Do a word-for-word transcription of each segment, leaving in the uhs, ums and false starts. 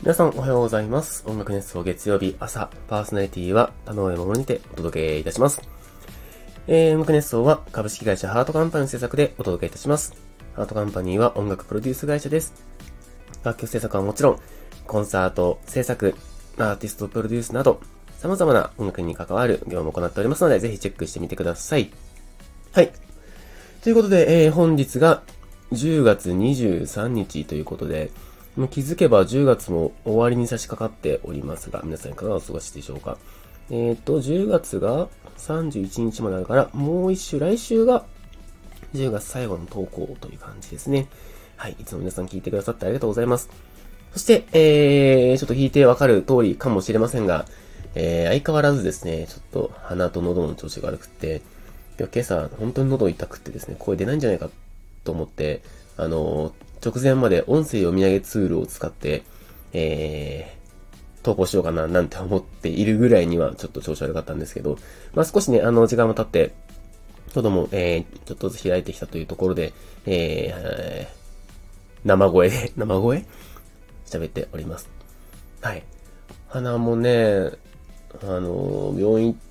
皆さんおはようございます。音楽熱奏月曜日朝、パーソナリティは田上桃にてお届けいたします。えー、音楽熱奏は株式会社ハートカンパニーの制作でお届けいたします。ハートカンパニーは音楽プロデュース会社です。楽曲制作はもちろん、コンサート制作、アーティストプロデュースなど、様々な音楽に関わる業務を行っておりますので、ぜひチェックしてみてください。はい。ということで、えー、本日がじゅうがつにじゅうさんにちということで、もう気づけばじゅうがつも終わりに差し掛かっておりますが、皆さんいかがお過ごしでしょうか。えっと、じゅうがつがさんじゅういちにちまであるから、もう一週、来週がじゅうがつ最後の投稿という感じですね。はい。いつも皆さん聞いてくださってありがとうございます。そして、えー、ちょっと聞いてわかる通りかもしれませんが、えー、相変わらずですね、ちょっと鼻と喉の調子が悪くって、今朝、本当に喉痛くってですね、声出ないんじゃないかと思って、あの、直前まで音声読み上げツールを使って、えー、投稿しようかななんて思っているぐらいにはちょっと調子悪かったんですけど、まあ少しね、あの、時間も経って、喉も、えー、ちょっとずつ開いてきたというところで、えー、生声で、生声喋っております。はい。鼻もね、あの、病院行って、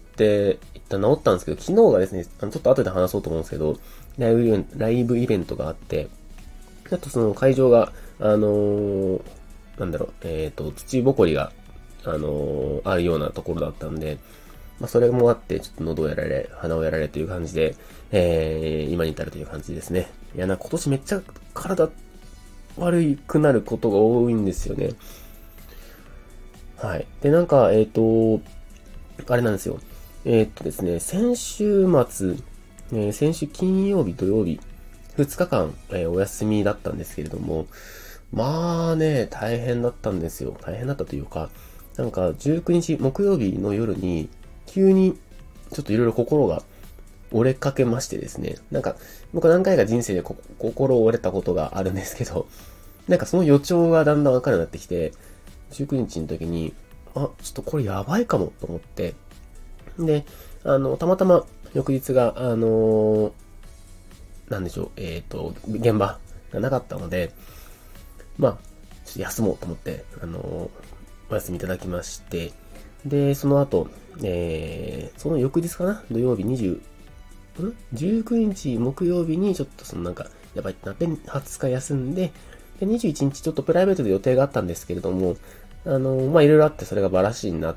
一旦治ったんですけど、昨日がですね、あのちょっと後で話そうと思うんですけど、ライブイベント、ライブイベントがあって、ちょっとその会場が、あのー、なんだろう、えっと、土ぼこりが、あのー、あるようなところだったんで、まあ、それもあって、ちょっと喉をやられ、鼻をやられという感じで、えー、今に至るという感じですね。いや、な、今年めっちゃ体悪くなることが多いんですよね。はい。で、なんか、えっと、あれなんですよ。えっとですね、先週末、えー先週金曜日、土曜日、ふつかかん、えーお休みだったんですけれども、まあね、大変だったんですよ。大変だったというか、なんかじゅうくにち木曜日の夜に、急にちょっといろいろ心が折れかけましてですね。なんか、僕何回か人生でこ心折れたことがあるんですけど、なんかその予兆がだんだんわかるようになってきて、じゅうくにちの時に、あ、ちょっとこれやばいかもと思って、で、あの、たまたま翌日が、あのーなんでしょう、えっと、現場がなかったので、まあ、ちょっと休もうと思って、あのーお休みいただきまして、で、その後、えー、その翌日かな土曜日にじゅう、ん ?じゅうくにち木曜日にちょっとそのなんか、やばいってなってはつか休んで、で、にじゅういちにちちょっとプライベートで予定があったんですけれども、あのーまあ、いろいろあってそれがバラシになって、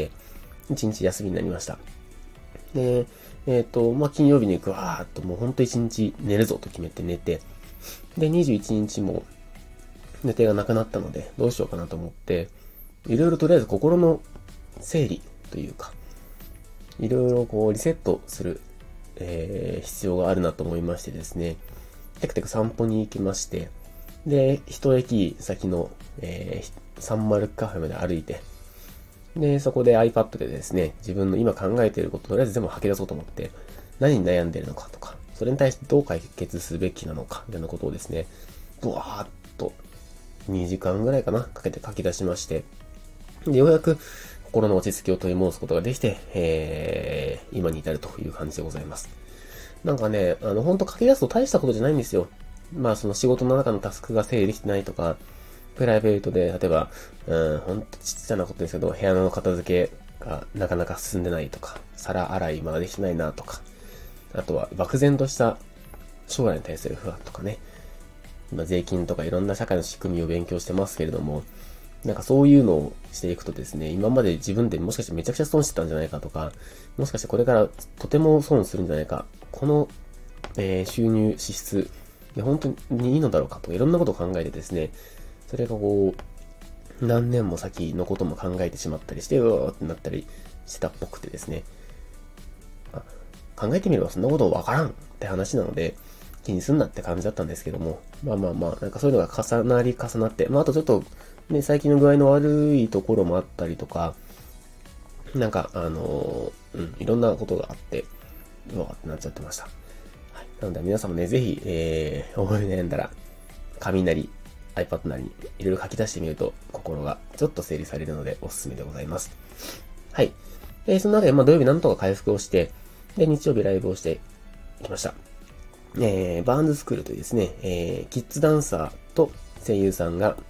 いちにち休みになりました。で、えっ、と、まあ、金曜日にぐわーっともうほんといちにち寝るぞと決めて寝て、で、にじゅういちにちも予定がなくなったので、どうしようかなと思って、いろいろとりあえず心の整理というか、いろいろこうリセットする、えー、必要があるなと思いましてですね、テクテク散歩に行きまして、で、一駅先の、えー、サンマルカフェまで歩いて、で、そこで iPad でですね、自分の今考えていることをとりあえず全部吐き出そうと思って、何に悩んでいるのかとか、それに対してどう解決すべきなのか、みたいなことをですね、ブワーっとにじかんぐらいかな、かけて書き出しまして、で、ようやく心の落ち着きを取り戻すことができて、えー、今に至るという感じでございます。なんかね、あの、ほんと書き出すと大したことじゃないんですよ。まあ、その仕事の中のタスクが整理できてないとか、プライベートで、例えば、うん、ほんとちっちゃなことですけど、部屋の片付けがなかなか進んでないとか、皿洗いまだできてないなとか、あとは漠然とした将来に対する不安とかね、今税金とかいろんな社会の仕組みを勉強してますけれども、なんかそういうのをしていくとですね、今まで自分でもしかしてめちゃくちゃ損してたんじゃないかとか、もしかしてこれからとても損するんじゃないか、この、えー収入、支出、で本当にいいのだろうかとか、いろんなことを考えてですね、それがこう、何年も先のことも考えてしまったりして、うわーってなったりしてたっぽくてですね、あ考えてみればそんなことわからんって話なので、気にすんなって感じだったんですけども、まあまあまあ、なんかそういうのが重なり重なって、まああとちょっと、ね、最近の具合の悪いところもあったりとか、なんか、あのーうん、いろんなことがあって、うわーってなっちゃってました。はい。なので皆さんもね、ぜひ、えー、思い悩んだら、紙なり、iPad なり、いろいろ書き出してみると、心がちょっと整理されるので、おすすめでございます。はい。で、その中で、まあ土曜日なんとか回復をして、で、日曜日ライブをしてきました。えー、バーンズスクールというですね、えー、キッズダンサーと声優さんが、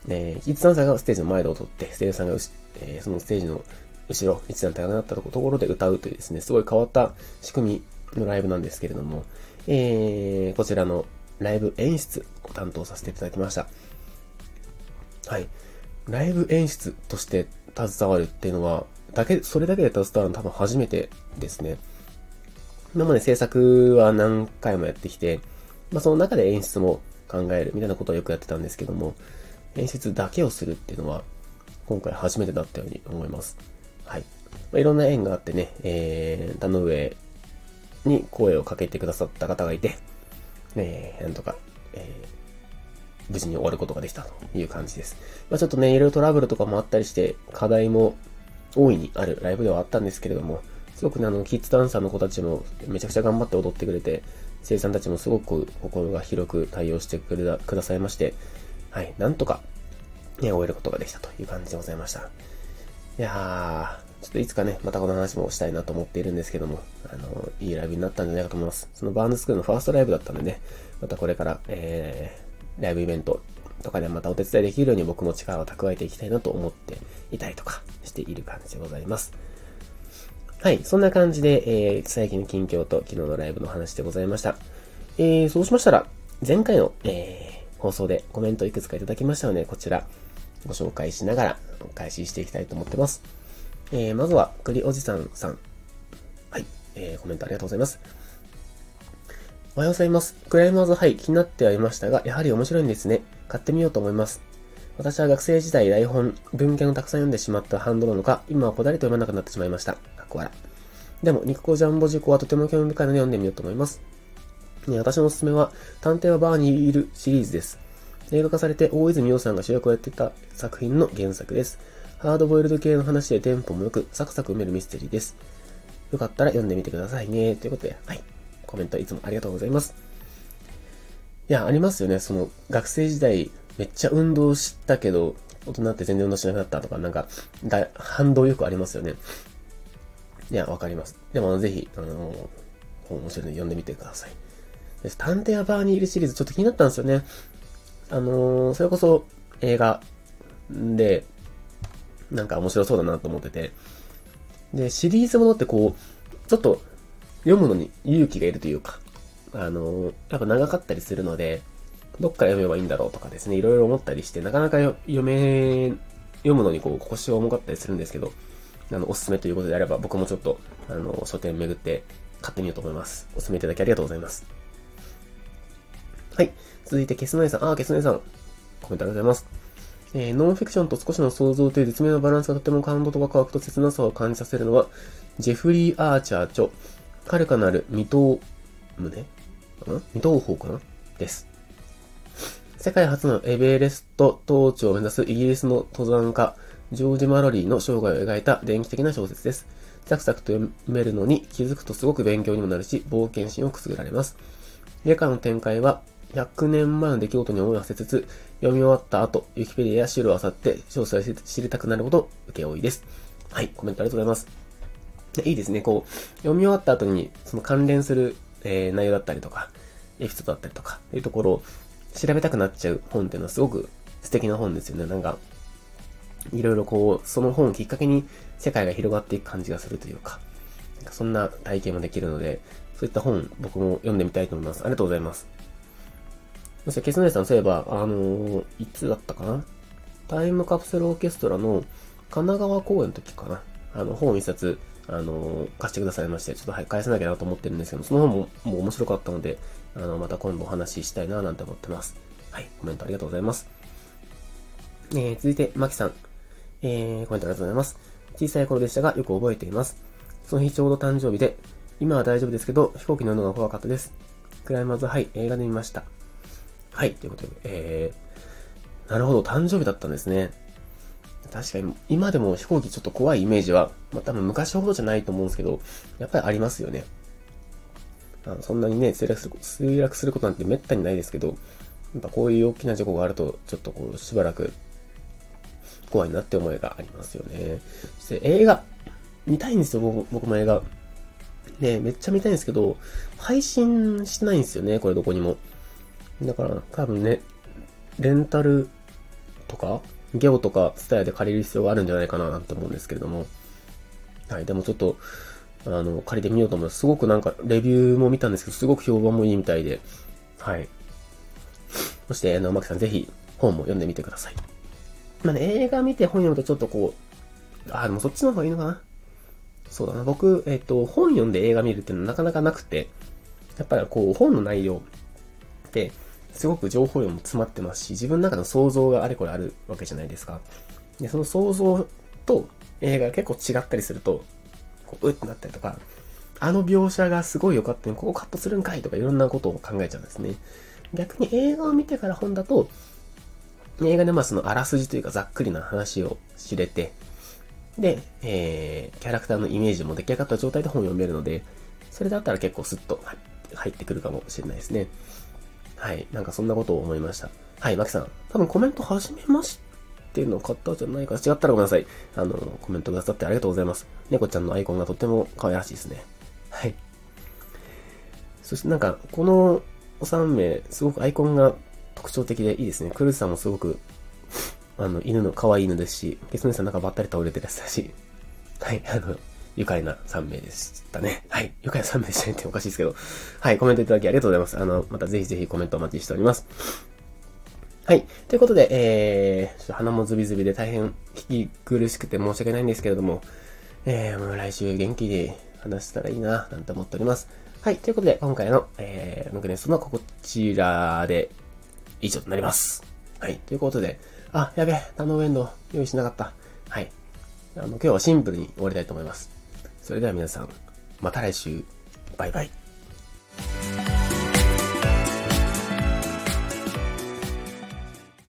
えー、キッズダンサーがステージの前で踊って、ステージさんが、えー、そのステージの後ろ、一段高くなったところで歌うというですね、すごい変わった仕組みのライブなんですけれども、えー、こちらのライブ演出を担当させていただきました。はい。ライブ演出として携わるっていうのは、だけ、それだけで携わるの多分初めてですね。今まで制作は何回もやってきて、まあその中で演出も考えるみたいなことをよくやってたんですけども、演出だけをするっていうのは、今回初めてだったように思います。はい。まあ、いろんな縁があってね、えー、田上に声をかけてくださった方がいて、えー、なんとか、えー、無事に終わることができたという感じです。まあちょっとね、いろいろトラブルとかもあったりして、課題も大いにあるライブではあったんですけれども、すごくね、あの、キッズダンサーの子たちもめちゃくちゃ頑張って踊ってくれて、生産たちもすごく心が広く対応してくれた、くださいまして、はい、なんとか、ね、終えることができたという感じでございました。いやー、ちょっといつかね、またこの話もしたいなと思っているんですけども、あの、いいライブになったんじゃないかと思います。そのバーンズスクールのファーストライブだったんでね、またこれから、えー、ライブイベントとかでまたお手伝いできるように僕も力を蓄えていきたいなと思っていたりとかしている感じでございます。はい。そんな感じで、えー、最近の近況と昨日のライブの話でございました。えー、そうしましたら、前回の、えー、放送でコメントいくつかいただきましたので、こちらご紹介しながら開始していきたいと思ってます。えー、まずは、栗おじさんさん。はい。えー、コメントありがとうございます。おはようございます。クライマーズハイ気になってはいましたが、やはり面白いんですね。買ってみようと思います。私は学生時代台本、文献をたくさん読んでしまったハンドなのか、今はこだりと読まなくなってしまいました。かっこ笑。でも、ニココジャンボ事故はとても興味深いので読んでみようと思います。私のおすすめは、探偵はバーにいるシリーズです。映画化されて大泉洋さんが主役をやっていた作品の原作です。ハードボイルド系の話でテンポも良く、サクサク埋めるミステリーです。よかったら読んでみてくださいね。ということで、はい。コメントいつもありがとうございます。いや、ありますよね。その、学生時代、めっちゃ運動したけど、大人って全然運動しなくなったとか、なんか、だ反動よくありますよね。いや、わかります。でも、ぜひ、あの、本面白いので読んでみてください。探偵はバーにいるシリーズちょっと気になったんですよね。あのー、それこそ映画で、なんか面白そうだなと思ってて。で、シリーズものってこう、ちょっと読むのに勇気がいるというか、あのー、やっぱ長かったりするので、どっから読めばいいんだろうとかですね、いろいろ思ったりして、なかなか読め、読むのにこう、腰が重かったりするんですけど、あの、おすすめということであれば、僕もちょっと、あの、書店巡って買ってみようと思います。おすすめいただきありがとうございます。はい。続いて、ケスノエさん。あー、ケスノエさん。コメントありがとうございます。えー、ノンフィクションと少しの想像という絶妙なバランスがとても感動とワクワクと切なさを感じさせるのは、ジェフリー・アーチャー著、遥かなる未踏胸かな未踏峰かなです。世界初のエベレスト登頂を目指すイギリスの登山家、ジョージ・マロリーの生涯を描いた伝記的な小説です。サクサクと読めるのに気づくとすごく勉強にもなるし、冒険心をくすぐられます。下巻の展開は、ひゃくねんまえの出来事に思いを馳せつつ、読み終わった後、ウィキペディアや資料を漁って、詳細を知りたくなるほど受け多いです。はい、コメントありがとうございます。いいですね、こう、読み終わった後に、その関連する、えー、内容だったりとか、エピソードだったりとか、いうところを調べたくなっちゃう本っていうのはすごく素敵な本ですよね。なんか、いろいろこう、その本をきっかけに世界が広がっていく感じがするというか、なんかそんな体験もできるので、そういった本、僕も読んでみたいと思います。ありがとうございます。そして、ケスネさん、そういえば、あのー、いつだったかなタイムカプセルオーケストラの神奈川公演の時かなあの、本一冊、あのー、貸してくださいまして、ちょっとはい、返さなきゃなと思ってるんですけど、その本も、もう面白かったので、あの、また今度お話ししたいななんて思ってます。はい、コメントありがとうございます。えー、続いて、マキさん。えー、コメントありがとうございます。小さい頃でしたが、よく覚えています。その日ちょうど誕生日で、今は大丈夫ですけど、飛行機乗るのが怖かったです。クライマーズハイ、映画で見ました。はい、ということで、えー、なるほど、誕生日だったんですね。確かに、今でも飛行機ちょっと怖いイメージは、まあ、多分昔ほどじゃないと思うんですけど、やっぱりありますよね。あのそんなにね、墜落する、墜落することなんて滅多にないですけど、やっぱこういう大きな事故があると、ちょっとこう、しばらく、怖いなって思いがありますよね。そして映画、見たいんですよ、僕僕も映画。ね、めっちゃ見たいんですけど、配信してないんですよね、これどこにも。だから、多分ね、レンタルとか、ゲオとかスタヤで借りる必要があるんじゃないかななんて思うんですけれども。はい、でもちょっと、あの、借りてみようと思います。すごくなんか、レビューも見たんですけど、すごく評判もいいみたいで。はい。そして、あの、マキさんぜひ、本も読んでみてください。まあね、映画見て本読むとちょっとこう、あ、でもそっちの方がいいのかな。そうだな。僕、えっと、本読んで映画見るっていうのはなかなかなくて、やっぱりこう、本の内容って、すごく情報量も詰まってますし、自分の中の想像があれこれあるわけじゃないですか。で、その想像と映画が結構違ったりすると、こう、うってなったりとか、あの描写がすごい良かったのに、ここカットするんかいとかいろんなことを考えちゃうんですね。逆に映画を見てから本だと、映画でまあそのあらすじというかざっくりな話を知れて、で、えー、キャラクターのイメージも出来上がった状態で本を読めるので、それだったら結構スッと入ってくるかもしれないですね。はい。なんかそんなことを思いました。はい、マキさん。多分コメント始めましての方じゃないか。違ったらごめんなさい。あの、コメントくださってありがとうございます。猫ちゃんのアイコンがとっても可愛らしいですね。はい。そしてなんか、このさん名、すごくアイコンが特徴的でいいですね。クルーズさんもすごく、あの、犬の可愛い犬ですし、ケツネさんなんかばったり倒れてるやつだし、はい、あの、愉快なさん名でしたね。はい。愉快なさん名でしたねっておかしいですけど。はい、コメントいただきありがとうございます。あの、またぜひぜひコメントお待ちしております。はい。ということで、えー、ちょっと鼻もズビズビで大変聞き苦しくて申し訳ないんですけれども、えー、もう来週元気に話したらいいな、なんて思っております。はい。ということで、今回の、えー、ムクネストのこちらで以上となります。はい。ということで、あ、やべえ、タノーエンド用意しなかった。はい。あの、今日はシンプルに終わりたいと思います。それでは皆さん、また来週、バイバイ。